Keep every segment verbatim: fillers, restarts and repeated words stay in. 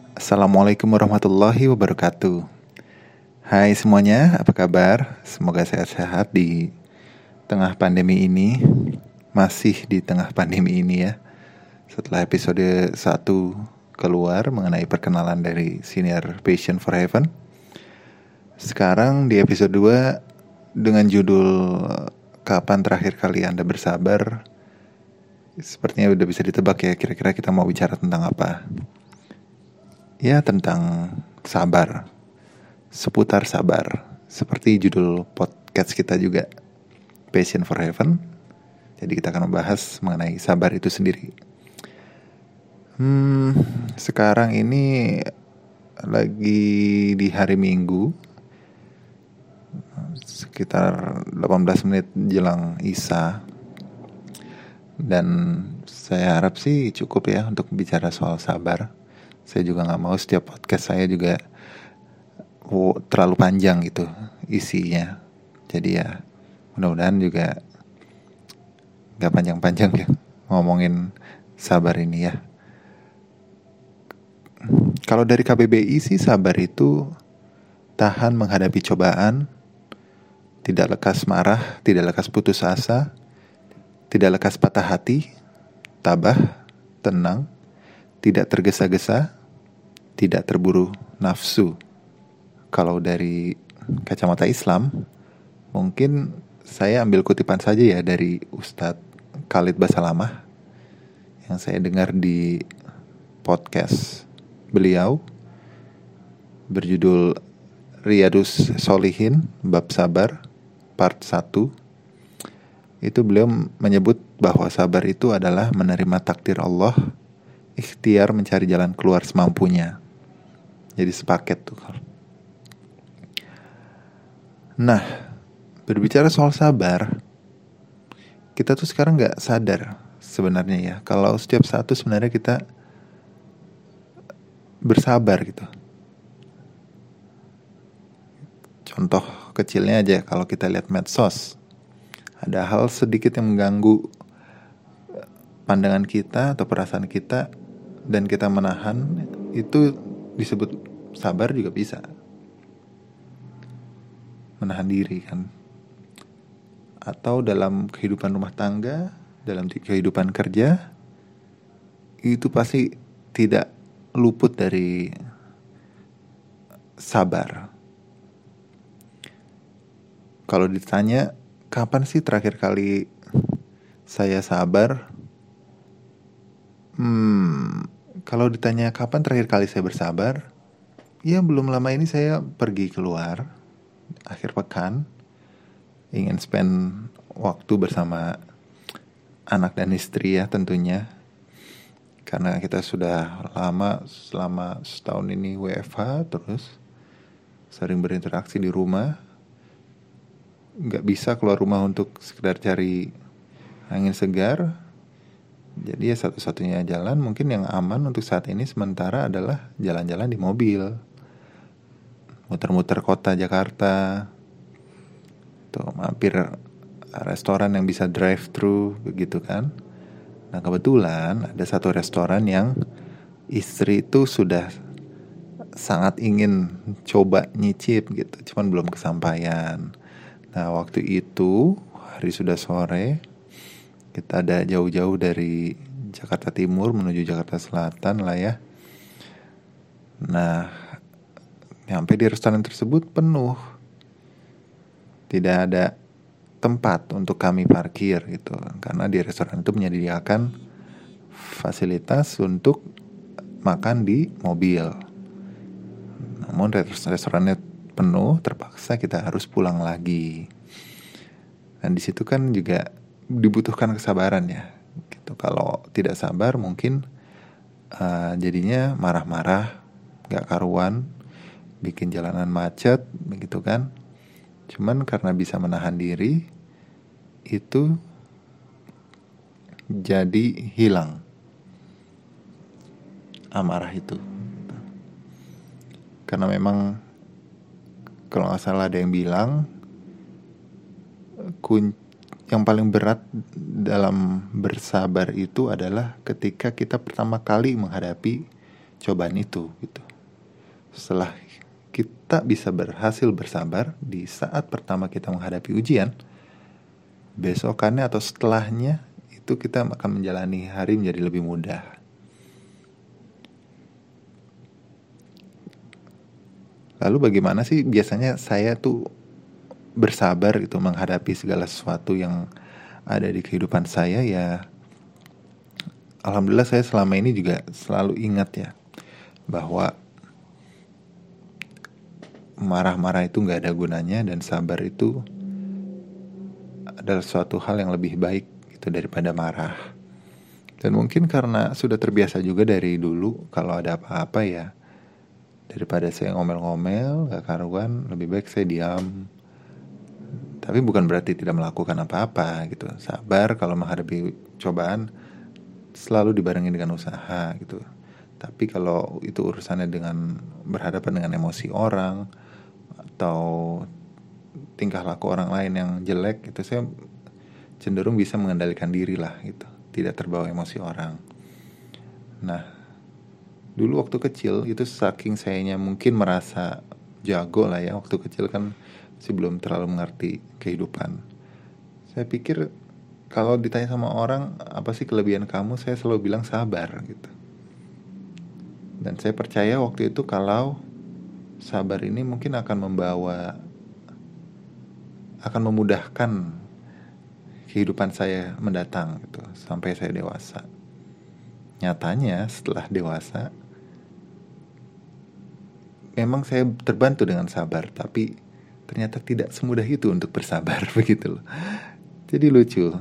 Assalamualaikum warahmatullahi wabarakatuh. Hai semuanya, apa kabar? Semoga sehat-sehat di tengah pandemi ini. Masih di tengah pandemi ini ya. Setelah episode satu keluar mengenai perkenalan dari Senior Patient for Heaven, sekarang di episode dua dengan judul Kapan terakhir kali Anda bersabar? Sepertinya udah bisa ditebak ya, kira-kira kita mau bicara tentang apa. Ya, tentang sabar, seputar sabar. Seperti judul podcast kita juga, Passion for Heaven. Jadi kita akan membahas mengenai sabar itu sendiri. Hmm, sekarang ini lagi di hari Minggu, sekitar delapan belas menit jelang Isya. Dan saya harap sih cukup ya untuk bicara soal sabar. Saya juga gak mau setiap podcast saya juga oh, terlalu panjang gitu isinya. Jadi ya mudah-mudahan juga gak panjang-panjang ya ngomongin sabar ini ya. Kalau dari K B B I sih, sabar itu tahan menghadapi cobaan, tidak lekas marah, tidak lekas putus asa, tidak lekas patah hati, tabah, tenang, tidak tergesa-gesa, tidak terburu nafsu. Kalau dari kacamata Islam, mungkin saya ambil kutipan saja ya dari Ustadz Khalid Basalamah yang saya dengar di podcast beliau berjudul Riyadus Sholihin Bab Sabar Part satu. Itu beliau menyebut bahwa sabar itu adalah menerima takdir Allah, ikhtiar mencari jalan keluar semampunya. Jadi sepaket tuh. Nah, berbicara soal sabar, kita tuh sekarang gak sadar sebenarnya ya, kalau setiap saat tuh sebenarnya kita bersabar gitu. Contoh kecilnya aja, kalau kita lihat medsos, ada hal sedikit yang mengganggu pandangan kita atau perasaan kita dan kita menahan, itu disebut sabar juga bisa. Menahan diri kan. Atau dalam kehidupan rumah tangga, dalam kehidupan kerja, itu pasti tidak luput dari sabar. Kalau ditanya kapan sih terakhir kali saya sabar? Hmm, kalau ditanya kapan terakhir kali saya bersabar, ya belum lama ini saya pergi keluar akhir pekan, ingin spend waktu bersama anak dan istri ya tentunya. Karena kita sudah lama, selama setahun ini W F H terus, sering berinteraksi di rumah. Gak bisa keluar rumah untuk sekedar cari angin segar. Jadi ya satu-satunya jalan mungkin yang aman untuk saat ini sementara adalah jalan-jalan di mobil, muter-muter kota Jakarta, tuh mampir restoran yang bisa drive thru begitu kan. Nah kebetulan ada satu restoran yang istri itu sudah sangat ingin coba nyicip gitu, cuman belum kesampaian. Nah waktu itu hari sudah sore, kita ada jauh-jauh dari Jakarta Timur menuju Jakarta Selatan lah ya. Nah nyampe di restoran tersebut penuh, tidak ada tempat untuk kami parkir gitu, karena di restoran itu menyediakan fasilitas untuk makan di mobil. Namun restorannya penuh, terpaksa kita harus pulang lagi. Dan di situ kan juga dibutuhkan kesabaran ya. Gitu. Kalau tidak sabar mungkin uh, jadinya marah-marah, gak karuan, bikin jalanan macet, begitu kan. Cuman karena bisa menahan diri, itu jadi hilang amarah itu. Karena memang kalau gak salah ada yang bilang kun- yang paling berat dalam bersabar itu adalah ketika kita pertama kali menghadapi cobaan itu gitu. Setelah kita bisa berhasil bersabar di saat pertama kita menghadapi ujian, besokannya atau setelahnya itu kita akan menjalani hari menjadi lebih mudah. Lalu bagaimana sih biasanya saya tuh bersabar itu menghadapi segala sesuatu yang ada di kehidupan saya? Ya, alhamdulillah saya selama ini juga selalu ingat ya bahwa marah-marah itu gak ada gunanya, dan sabar itu adalah suatu hal yang lebih baik itu daripada marah. Dan mungkin karena sudah terbiasa juga dari dulu, kalau ada apa-apa ya, daripada saya ngomel-ngomel gak karuan, lebih baik saya diam. Tapi bukan berarti tidak melakukan apa-apa gitu. Sabar kalau menghadapi cobaan selalu dibarengi dengan usaha gitu. Tapi kalau itu urusannya dengan berhadapan dengan emosi orang atau tingkah laku orang lain yang jelek, itu saya cenderung bisa mengendalikan diri lah gitu, tidak terbawa emosi orang. Nah, dulu waktu kecil itu saking sayanya mungkin merasa jago lah ya, waktu kecil kan masih belum terlalu mengerti kehidupan. Saya pikir kalau ditanya sama orang apa sih kelebihan kamu, saya selalu bilang sabar gitu. Dan saya percaya waktu itu kalau sabar ini mungkin akan membawa, akan memudahkan kehidupan saya mendatang gitu, sampai saya dewasa. Nyatanya setelah dewasa memang saya terbantu dengan sabar, tapi ternyata tidak semudah itu untuk bersabar begitu loh. Jadi lucu.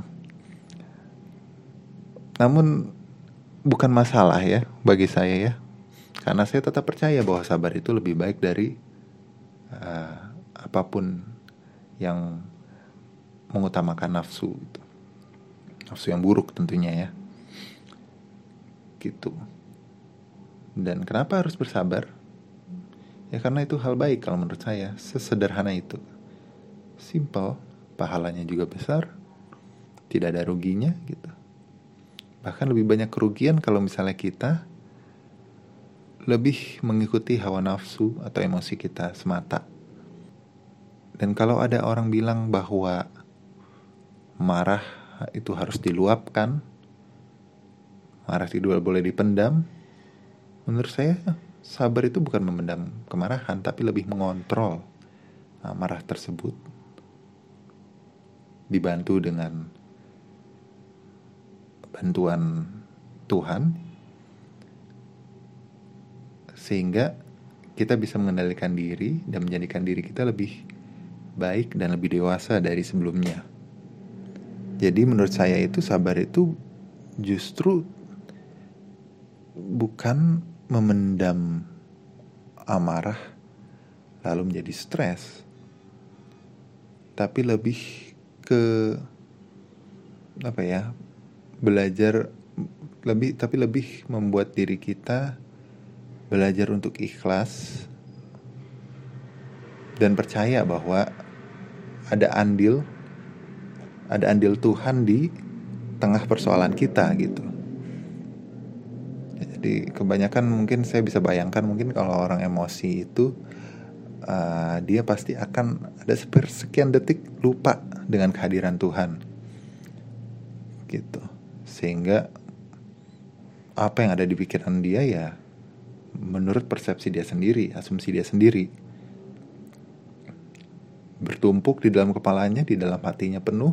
Namun bukan masalah ya bagi saya ya, karena saya tetap percaya bahwa sabar itu lebih baik dari uh, apapun yang mengutamakan nafsu gitu. Nafsu yang buruk tentunya ya gitu. Dan kenapa harus bersabar? Ya karena itu hal baik kalau menurut saya. Sesederhana itu. Simple, pahalanya juga besar, tidak ada ruginya gitu. Bahkan lebih banyak kerugian kalau misalnya kita lebih mengikuti hawa nafsu atau emosi kita semata. Dan kalau ada orang bilang bahwa marah itu harus diluapkan, marah tidak boleh dipendam, menurut saya sabar itu bukan memendam kemarahan, tapi lebih mengontrol amarah tersebut, dibantu dengan bantuan Tuhan, sehingga kita bisa mengendalikan diri dan menjadikan diri kita lebih baik dan lebih dewasa dari sebelumnya. Jadi menurut saya itu sabar itu justru bukan memendam amarah lalu menjadi stres, tapi lebih ke apa ya, belajar lebih, tapi lebih membuat diri kita belajar untuk ikhlas dan percaya bahwa ada andil ada andil Tuhan di tengah persoalan kita gitu. Jadi kebanyakan mungkin saya bisa bayangkan, mungkin kalau orang emosi itu uh, dia pasti akan ada sekian detik lupa dengan kehadiran Tuhan gitu, sehingga apa yang ada di pikiran dia ya menurut persepsi dia sendiri, asumsi dia sendiri, bertumpuk di dalam kepalanya, di dalam hatinya penuh,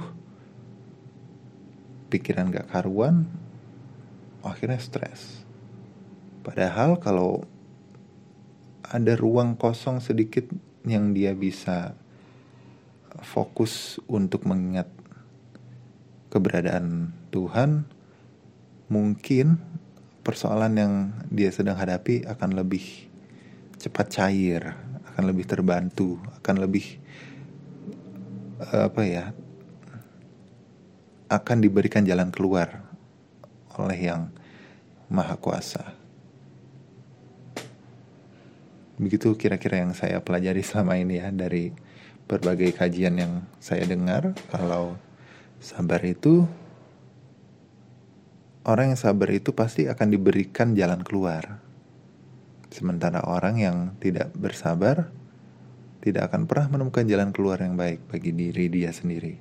pikiran gak karuan, akhirnya stres. Padahal kalau ada ruang kosong sedikit yang dia bisa fokus untuk mengingat keberadaan Tuhan, mungkin persoalan yang dia sedang hadapi akan lebih cepat cair, akan lebih terbantu, akan lebih apa ya, akan diberikan jalan keluar oleh Yang Maha Kuasa. Begitu kira-kira yang saya pelajari selama ini ya, dari berbagai kajian yang saya dengar. Kalau sabar itu, orang yang sabar itu pasti akan diberikan jalan keluar. Sementara orang yang tidak bersabar tidak akan pernah menemukan jalan keluar yang baik bagi diri dia sendiri.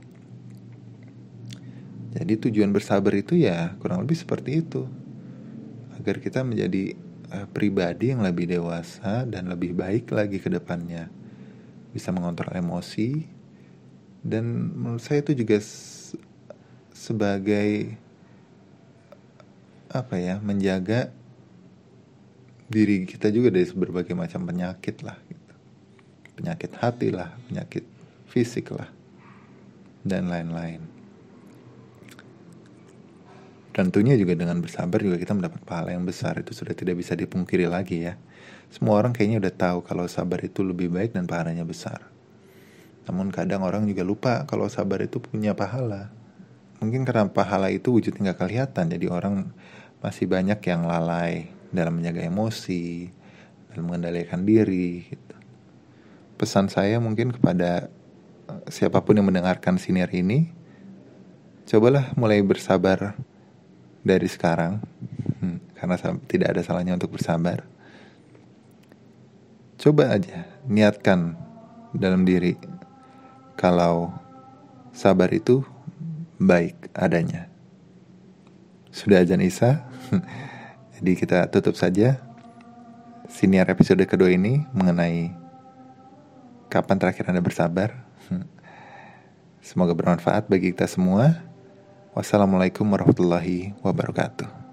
Jadi tujuan bersabar itu ya kurang lebih seperti itu, agar kita menjadi uh, pribadi yang lebih dewasa dan lebih baik lagi ke depannya, bisa mengontrol emosi. Dan menurut saya itu juga s- sebagai apa ya, menjaga diri kita juga dari berbagai macam penyakit lah gitu. Penyakit hati lah, penyakit fisik lah, dan lain-lain. Tentunya juga dengan bersabar juga kita mendapat pahala yang besar. Itu sudah tidak bisa dipungkiri lagi ya. Semua orang kayaknya udah tahu kalau sabar itu lebih baik dan pahalanya besar. Namun kadang orang juga lupa kalau sabar itu punya pahala. Mungkin karena pahala itu wujudnya gak kelihatan, jadi orang masih banyak yang lalai dalam menjaga emosi, dalam mengendalikan diri gitu. Pesan saya mungkin kepada uh, siapapun yang mendengarkan siniar ini, cobalah mulai bersabar dari sekarang, hmm, karena tidak ada salahnya untuk bersabar. Coba aja niatkan dalam diri kalau sabar itu baik adanya. Sudah azan Isya, jadi kita tutup saja siniar episode kedua ini mengenai kapan terakhir Anda bersabar. Semoga bermanfaat bagi kita semua. Wassalamualaikum warahmatullahi wabarakatuh.